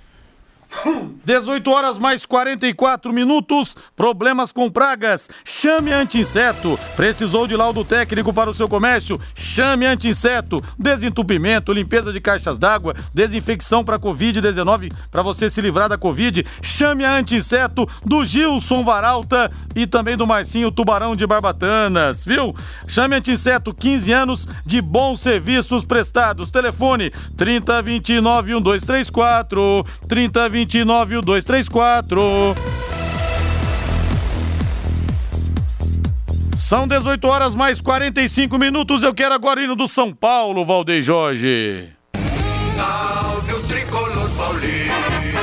18 horas mais 44 minutos, problemas com pragas, chame a Anti-Inseto. Precisou de laudo técnico para o seu comércio? Chame a Anti-Inseto. Desentupimento, limpeza de caixas d'água, desinfecção para Covid-19, para você se livrar da Covid. Chame a Anti-Inseto do Gilson Varalta e também do Marcinho Tubarão de Barbatanas, viu? Chame a Anti-Inseto, 15 anos de bons serviços prestados. Telefone 3029-1234, 3029-1234. São 18 horas mais 45 minutos. Eu quero agora hino do São Paulo, Valdeir Jorge.
Salve o tricolor paulista.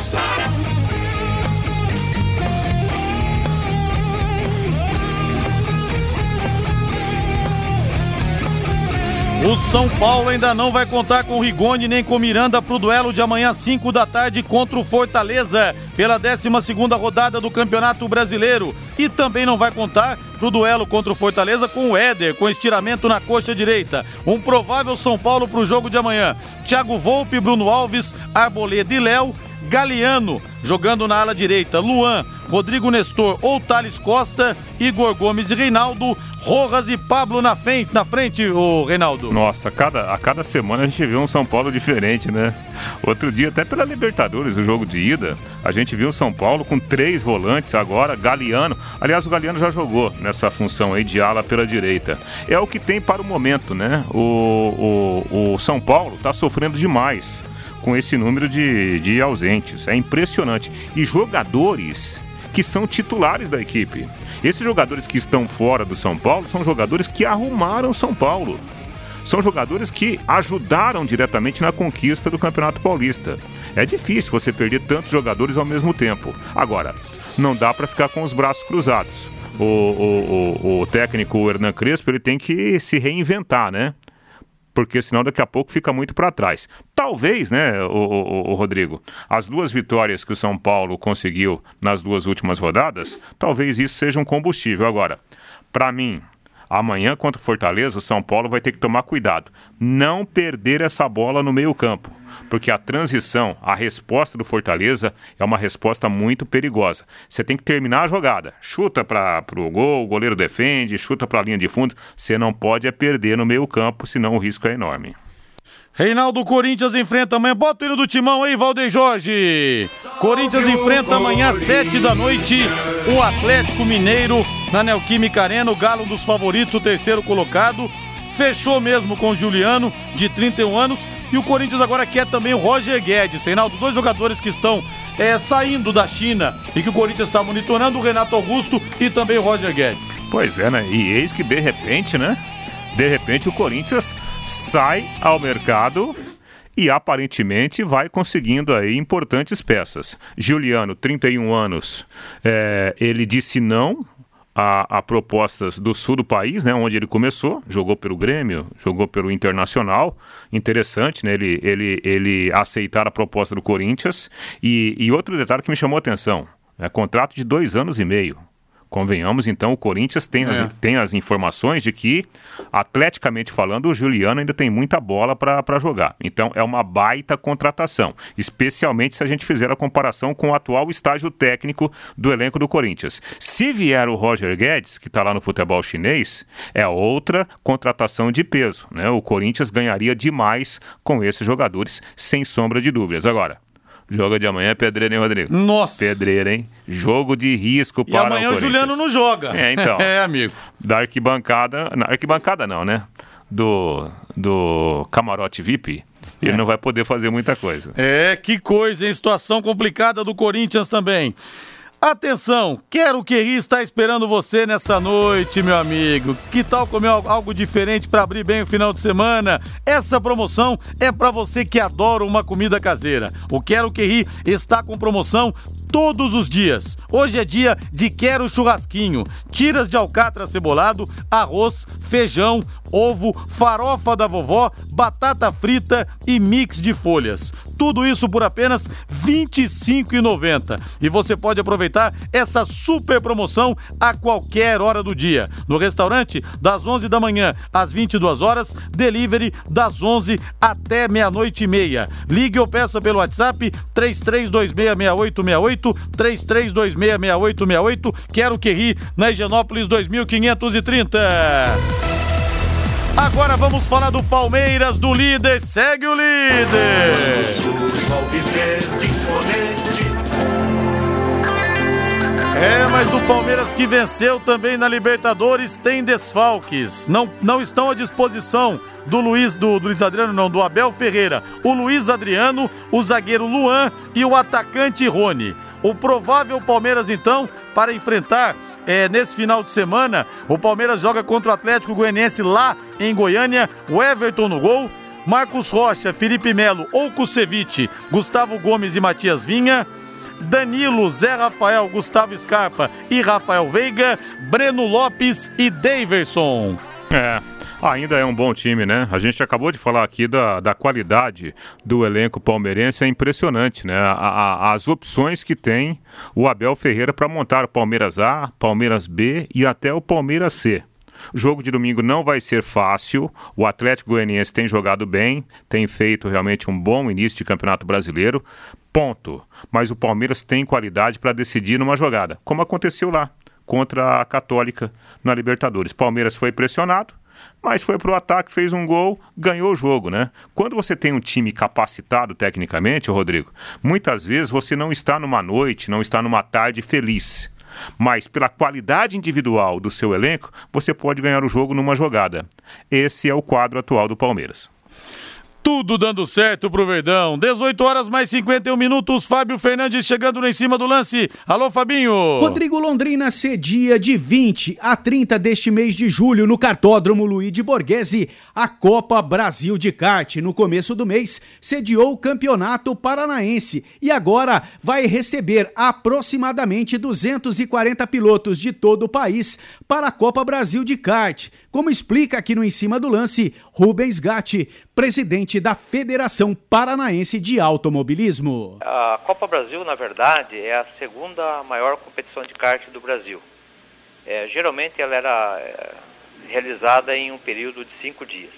O São Paulo ainda não vai contar com Rigoni nem com Miranda para o duelo de amanhã 5 da tarde contra o Fortaleza pela 12ª rodada do Campeonato Brasileiro. E também não vai contar para o duelo contra o Fortaleza com o Éder, com estiramento na coxa direita. Um provável São Paulo para o jogo de amanhã: Thiago Volpe, Bruno Alves, Arboleda e Léo, Galeano jogando na ala direita, Luan, Rodrigo Nestor ou Thales Costa, Igor Gomes e Reinaldo, Rojas e Pablo na frente, o Reinaldo.
Nossa, a cada semana a gente vê um São Paulo diferente, né? Outro dia, até pela Libertadores, o jogo de ida, a gente viu o São Paulo com 3 volantes agora, Galeano. Aliás, o Galeano já jogou nessa função aí de ala pela direita. É o que tem para o momento, né? O São Paulo está sofrendo demais com esse número de ausentes. É impressionante. E jogadores que são titulares da equipe. Esses jogadores que estão fora do São Paulo são jogadores que arrumaram São Paulo. São jogadores que ajudaram diretamente na conquista do Campeonato Paulista. É difícil você perder tantos jogadores ao mesmo tempo. Agora, não dá para ficar com os braços cruzados. O técnico Hernan Crespo, ele tem que se reinventar, né? Porque senão daqui a pouco fica muito para trás. Talvez, né, o Rodrigo, as 2 vitórias que o São Paulo conseguiu nas 2 últimas rodadas, talvez isso seja um combustível. Agora, para mim, amanhã contra o Fortaleza, o São Paulo vai ter que tomar cuidado. Não perder essa bola no meio campo. Porque a transição, a resposta do Fortaleza é uma resposta muito perigosa. Você tem que terminar a jogada. Chuta para o gol, o goleiro defende, chuta para a linha de fundo. Você não pode perder no meio campo, senão o risco é enorme.
Reinaldo, Corinthians enfrenta amanhã. Bota o hino do timão aí, Valdeir Jorge. Corinthians enfrenta amanhã às 7 da noite o Atlético Mineiro na Neoquímica Arena. O Galo, um dos favoritos, o 3º colocado. Fechou mesmo com o Juliano, de 31 anos. E o Corinthians agora quer também o Roger Guedes. Reinaldo, 2 jogadores que estão saindo da China e que o Corinthians está monitorando, o Renato Augusto e também o Roger Guedes.
Pois é, né? E eis que de repente, né? De repente o Corinthians sai ao mercado e aparentemente vai conseguindo aí importantes peças. Juliano, 31 anos, ele disse não a propostas do sul do país, né, onde ele começou, jogou pelo Grêmio, jogou pelo Internacional. Interessante, né, ele aceitar a proposta do Corinthians. E outro detalhe que me chamou a atenção, contrato de 2 anos e meio. Convenhamos, então, o Corinthians tem as informações de que, atleticamente falando, o Juliano ainda tem muita bola para jogar. Então, é uma baita contratação, especialmente se a gente fizer a comparação com o atual estágio técnico do elenco do Corinthians. Se vier o Roger Guedes, que está lá no futebol chinês, é outra contratação de peso, né? O Corinthians ganharia demais com esses jogadores, sem sombra de dúvidas. Agora, jogo de amanhã é pedreira, hein, Rodrigo?
Nossa!
Pedreira, hein? Jogo de risco para o Corinthians.
E amanhã o Juliano não joga.
Então.
Amigo.
Da arquibancada não, né? Do camarote VIP, ele não vai poder fazer muita coisa.
Que coisa, hein? Situação complicada do Corinthians também. Atenção, Quero Querer está esperando você nessa noite, meu amigo. Que tal comer algo diferente para abrir bem o final de semana? Essa promoção é para você que adora uma comida caseira. O Quero Querer está com promoção todos os dias. Hoje é dia de Quero Churrasquinho. Tiras de alcatra cebolado, arroz, feijão, ovo, farofa da vovó, batata frita e mix de folhas. Tudo isso por apenas R$ 25,90. E você pode aproveitar essa super promoção a qualquer hora do dia. No restaurante, das 11 da manhã às 22 horas, delivery das 11 até meia-noite e meia. Ligue ou peça pelo WhatsApp 33266868, 33266868. Quero que ri, na Higienópolis 2530. Agora vamos falar do Palmeiras, do líder. Segue o líder. Mas o Palmeiras que venceu também na Libertadores tem desfalques. Não estão à disposição do Abel Ferreira. O Luiz Adriano, o zagueiro Luan e o atacante Rony. O provável Palmeiras, então, para enfrentar nesse final de semana, o Palmeiras joga contra o Atlético Goianiense lá em Goiânia. O Everton no gol, Marcos Rocha, Felipe Melo ou Kusevich, Gustavo Gomes e Matias Vinha, Danilo, Zé Rafael, Gustavo Scarpa e Rafael Veiga, Breno Lopes e Daverson.
Ainda é um bom time, né? A gente acabou de falar aqui da qualidade do elenco palmeirense, é impressionante, né? As opções que tem o Abel Ferreira para montar o Palmeiras A, Palmeiras B e até o Palmeiras C. O jogo de domingo não vai ser fácil, o Atlético Goianiense tem jogado bem, tem feito realmente um bom início de Campeonato Brasileiro, ponto. Mas o Palmeiras tem qualidade para decidir numa jogada, como aconteceu lá, contra a Católica na Libertadores. Palmeiras foi pressionado, mas foi pro ataque, fez um gol, ganhou o jogo, né? Quando você tem um time capacitado tecnicamente, Rodrigo, muitas vezes você não está numa noite, não está numa tarde feliz. Mas pela qualidade individual do seu elenco, você pode ganhar o jogo numa jogada. Esse é o quadro atual do Palmeiras.
Tudo dando certo pro Verdão. 18 horas mais 51 minutos. Fábio Fernandes chegando lá em cima do lance. Alô, Fabinho.
Rodrigo, Londrina cedia de 20 a 30 deste mês de julho no Kartódromo Luigi Borghese a Copa Brasil de Kart. No começo do mês, sediou o Campeonato Paranaense e agora vai receber aproximadamente 240 pilotos de todo o país para a Copa Brasil de Kart. Como explica aqui no Em Cima do Lance, Rubens Gatti, presidente da Federação Paranaense de Automobilismo.
A Copa Brasil, na verdade, é a segunda maior competição de kart do Brasil. Geralmente ela era realizada em um período de 5 dias.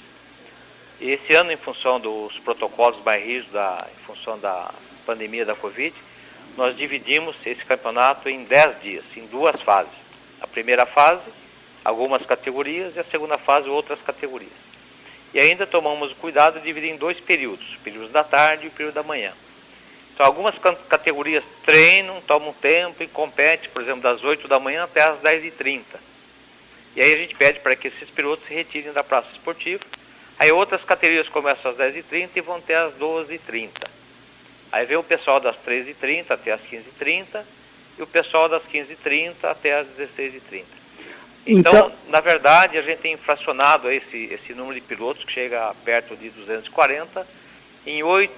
E esse ano, em função dos protocolos mais rígidos, em função da pandemia da Covid, nós dividimos esse campeonato em 10 dias, em 2 fases. A primeira fase, algumas categorias, e a segunda fase, outras categorias. E ainda tomamos o cuidado de dividir em 2 períodos, o período da tarde e o período da manhã. Então, algumas categorias treinam, tomam tempo e competem, por exemplo, das 8 da manhã até as 10h30. E aí a gente pede para que esses pilotos se retirem da praça esportiva. Aí outras categorias começam às 10h30 e vão até às 12h30. Aí vem o pessoal das 13h30 até às 15h30 e o pessoal das 15h30 até às 16h30. Então, na verdade, a gente tem inflacionado esse número de pilotos, que chega perto de 240, em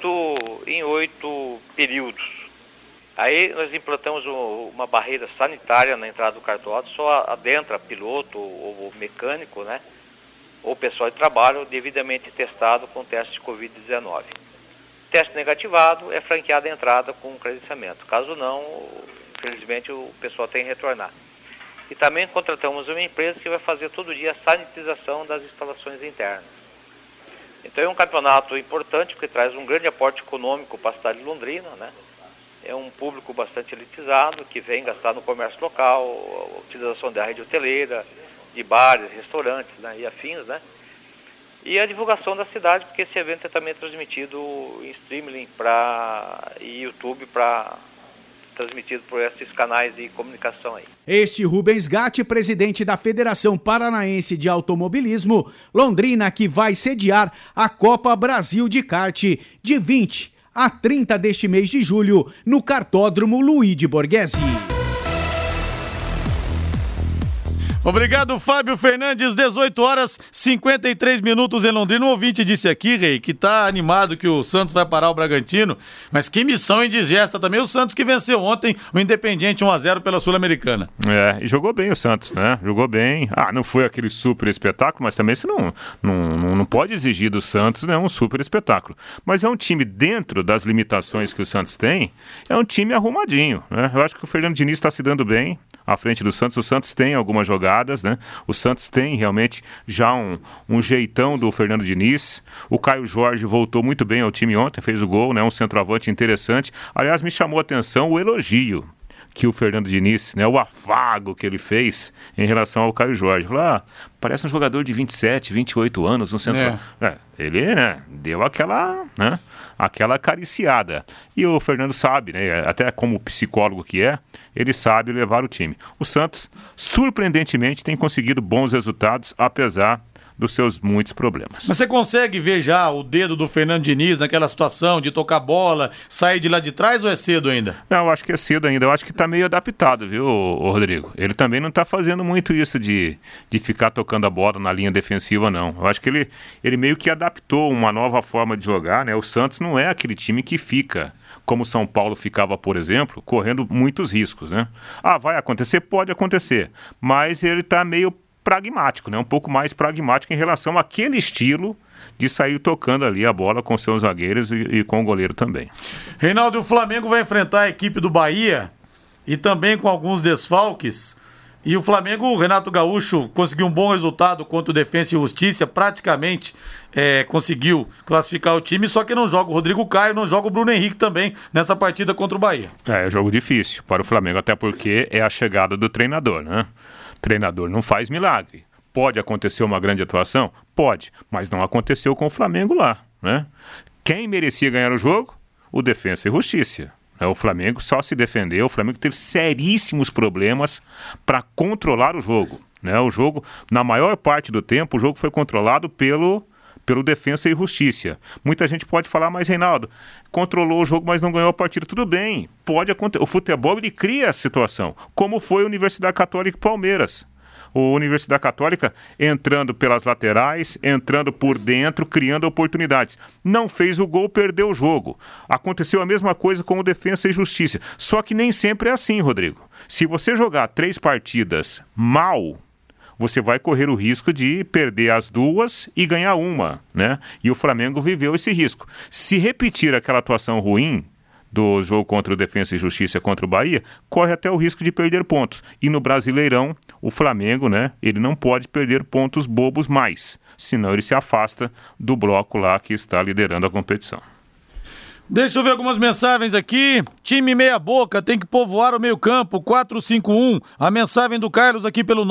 8 períodos. Aí nós implantamos uma barreira sanitária na entrada do cartódromo, só adentra piloto ou mecânico, né, ou pessoal de trabalho devidamente testado com teste de Covid-19. Teste negativado, é franqueada a entrada com credenciamento. Caso não, infelizmente o pessoal tem que retornar. E também contratamos uma empresa que vai fazer todo dia a sanitização das instalações internas. Então é um campeonato importante, porque traz um grande aporte econômico para a cidade de Londrina, né? É um público bastante elitizado, que vem gastar no comércio local, a utilização da rede hoteleira, de bares, restaurantes, né? E afins, né? E a divulgação da cidade, porque esse evento é também transmitido em streaming e YouTube transmitido por esses canais de comunicação aí.
Este Rubens Gatti, presidente da Federação Paranaense de Automobilismo, Londrina, que vai sediar a Copa Brasil de Kart de 20 a 30 deste mês de julho no Kartódromo Luigi Borghese.
Obrigado, Fábio Fernandes, 18 horas 53 minutos em Londrina. Um ouvinte disse aqui, Rei, que tá animado que o Santos vai parar o Bragantino, mas que missão indigesta também o Santos, que venceu ontem o Independiente 1-0 pela Sul-Americana.
E jogou bem o Santos, né? Jogou bem. Não foi aquele super espetáculo, mas também você não pode exigir do Santos, né, um super espetáculo. Mas é um time, dentro das limitações que o Santos tem, é um time arrumadinho, né? Eu acho que o Fernando Diniz está se dando bem à frente do Santos. O Santos tem algumas jogadas, né? O Santos tem realmente já um jeitão do Fernando Diniz. O Caio Jorge voltou muito bem ao time ontem, fez o gol, né? Um centroavante interessante. Aliás, me chamou a atenção o elogio que o Fernando Diniz, né, o afago que ele fez em relação ao Caio Jorge. Falou, parece um jogador de 27, 28 anos, um centro. Ele, né, deu aquela acariciada. E o Fernando sabe, né, até como psicólogo que é, ele sabe levar o time. O Santos, surpreendentemente, tem conseguido bons resultados, apesar dos seus muitos problemas.
Mas você consegue ver já o dedo do Fernando Diniz naquela situação de tocar bola, sair de lá de trás, ou é cedo ainda?
Não, eu acho que é cedo ainda. Eu acho que tá meio adaptado, viu, Rodrigo? Ele também não tá fazendo muito isso de ficar tocando a bola na linha defensiva, não. Eu acho que ele meio que adaptou uma nova forma de jogar, né? O Santos não é aquele time que fica, como o São Paulo ficava, por exemplo, correndo muitos riscos, né? Vai acontecer? Pode acontecer. Mas ele tá meio pragmático, né? Um pouco mais pragmático em relação àquele estilo de sair tocando ali a bola com seus zagueiros e com o goleiro também.
Reinaldo, o Flamengo vai enfrentar a equipe do Bahia e também com alguns desfalques. E o Flamengo, o Renato Gaúcho, conseguiu um bom resultado contra o Defensa e Justiça, praticamente conseguiu classificar o time, só que não joga o Rodrigo Caio, não joga o Bruno Henrique também nessa partida contra o Bahia.
É jogo difícil para o Flamengo, até porque é a chegada do treinador, né? Treinador não faz milagre. Pode acontecer uma grande atuação? Pode, mas não aconteceu com o Flamengo lá, né? Quem merecia ganhar o jogo? O Defensa e Justiça. O Flamengo só se defendeu, o Flamengo teve seríssimos problemas para controlar o jogo, né? O jogo, na maior parte do tempo, o jogo foi controlado pelo Defensa e Justiça. Muita gente pode falar, mas Reinaldo, controlou o jogo, mas não ganhou a partida. Tudo bem, pode acontecer. O futebol, ele cria a situação, como foi a Universidade Católica e Palmeiras. A Universidade Católica entrando pelas laterais, entrando por dentro, criando oportunidades. Não fez o gol, perdeu o jogo. Aconteceu a mesma coisa com o Defensa e Justiça. Só que nem sempre é assim, Rodrigo. Se você jogar 3 partidas mal, você vai correr o risco de perder as 2 e ganhar uma, né? E o Flamengo viveu esse risco. Se repetir aquela atuação ruim do jogo contra o Defensa e Justiça contra o Bahia, corre até o risco de perder pontos. E no Brasileirão, o Flamengo, né, ele não pode perder pontos bobos mais, senão ele se afasta do bloco lá que está liderando a competição.
Deixa eu ver algumas mensagens aqui. Time meia boca, tem que povoar o meio campo, 451. A mensagem do Carlos aqui pelo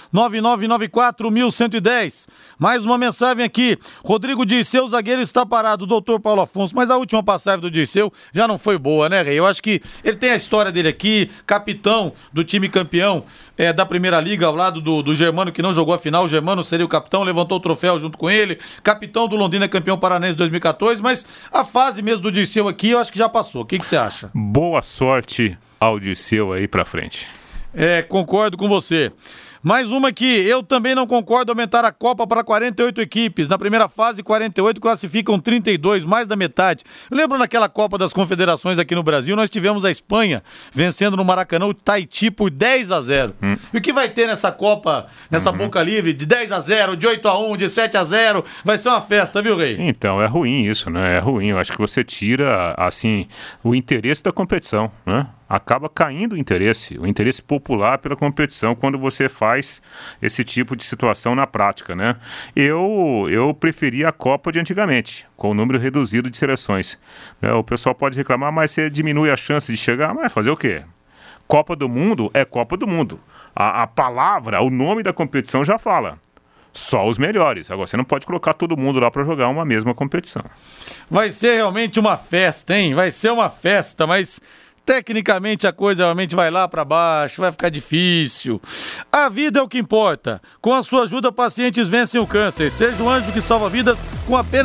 99994-1110. Mais uma mensagem aqui. Rodrigo Dirceu, zagueiro, está parado, doutor Paulo Afonso. Mas a última passagem do Dirceu já não foi boa, né, Rei? Eu acho que ele tem a história dele aqui, capitão do time campeão da Primeira Liga, ao lado do Germano, que não jogou a final. O Germano seria o capitão, levantou o troféu junto com ele. Capitão do Londrina, campeão paranaense 2014. Mas a fase mesmo do Dirceu aqui, eu acho que já passou. O que você acha?
Boa sorte ao Dirceu aí pra frente.
Concordo com você. Mais uma aqui, eu também não concordo aumentar a Copa para 48 equipes. Na primeira fase, 48 classificam 32, mais da metade. Eu lembro naquela Copa das Confederações aqui no Brasil, nós tivemos a Espanha vencendo no Maracanã o Tahiti por 10-0. E o que vai ter nessa Copa, nessa Boca Livre, de 10-0, de 8-1, de 7-0, vai ser uma festa, viu, Rei?
Então, é ruim isso, né? É ruim. Eu acho que você tira, assim, o interesse da competição, né? Acaba caindo o interesse popular pela competição quando você faz esse tipo de situação na prática, né? Eu preferia a Copa de antigamente, com o número reduzido de seleções. O pessoal pode reclamar, mas você diminui a chance de chegar, mas fazer o quê? Copa do Mundo é Copa do Mundo. A palavra, o nome da competição já fala. Só os melhores. Agora, você não pode colocar todo mundo lá para jogar uma mesma competição.
Vai ser realmente uma festa, hein? Vai ser uma festa, mas tecnicamente a coisa realmente vai lá para baixo, vai ficar difícil. A vida é o que importa. Com a sua ajuda, pacientes vencem o câncer. Seja o anjo que salva vidas com apenas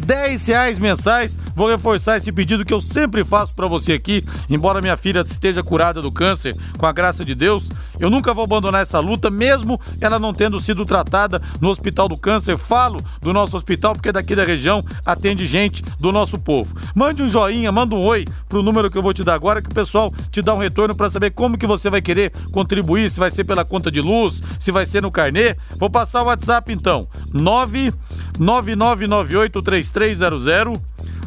R$10 mensais. Vou reforçar esse pedido que eu sempre faço para você aqui, embora minha filha esteja curada do câncer, com a graça de Deus, eu nunca vou abandonar essa luta, mesmo ela não tendo sido tratada no Hospital do Câncer. Falo do nosso hospital porque daqui da região atende gente do nosso povo. Mande um joinha, manda um oi pro número que eu vou te dar agora, que o pessoal te dá um retorno para saber como que você vai querer contribuir, se vai ser pela conta de luz, se vai ser no carnê. Vou passar o WhatsApp então, 999983300,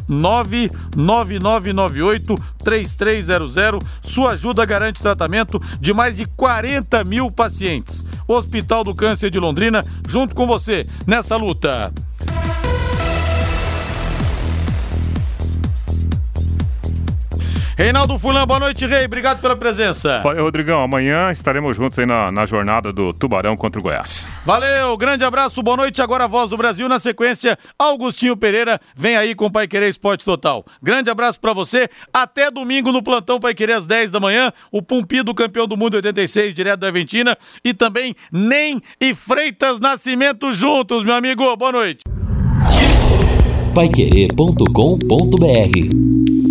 999983300. Sua ajuda garante tratamento de mais de 40 mil pacientes. Hospital do Câncer de Londrina, junto com você nessa luta. Reinaldo Fulan, boa noite, Rei. Obrigado pela presença.
Valeu, Rodrigão. Amanhã estaremos juntos aí na jornada do Tubarão contra o Goiás.
Valeu, grande abraço, boa noite. Agora a Voz do Brasil, na sequência, Augustinho Pereira vem aí com o Paiquerê Esporte Total. Grande abraço pra você. Até domingo no plantão Paiquerê às 10 da manhã. O Pumpido, campeão do mundo 86, direto da Argentina. E também Nem e Freitas Nascimento juntos, meu amigo. Boa noite.
Paiquerê.com.br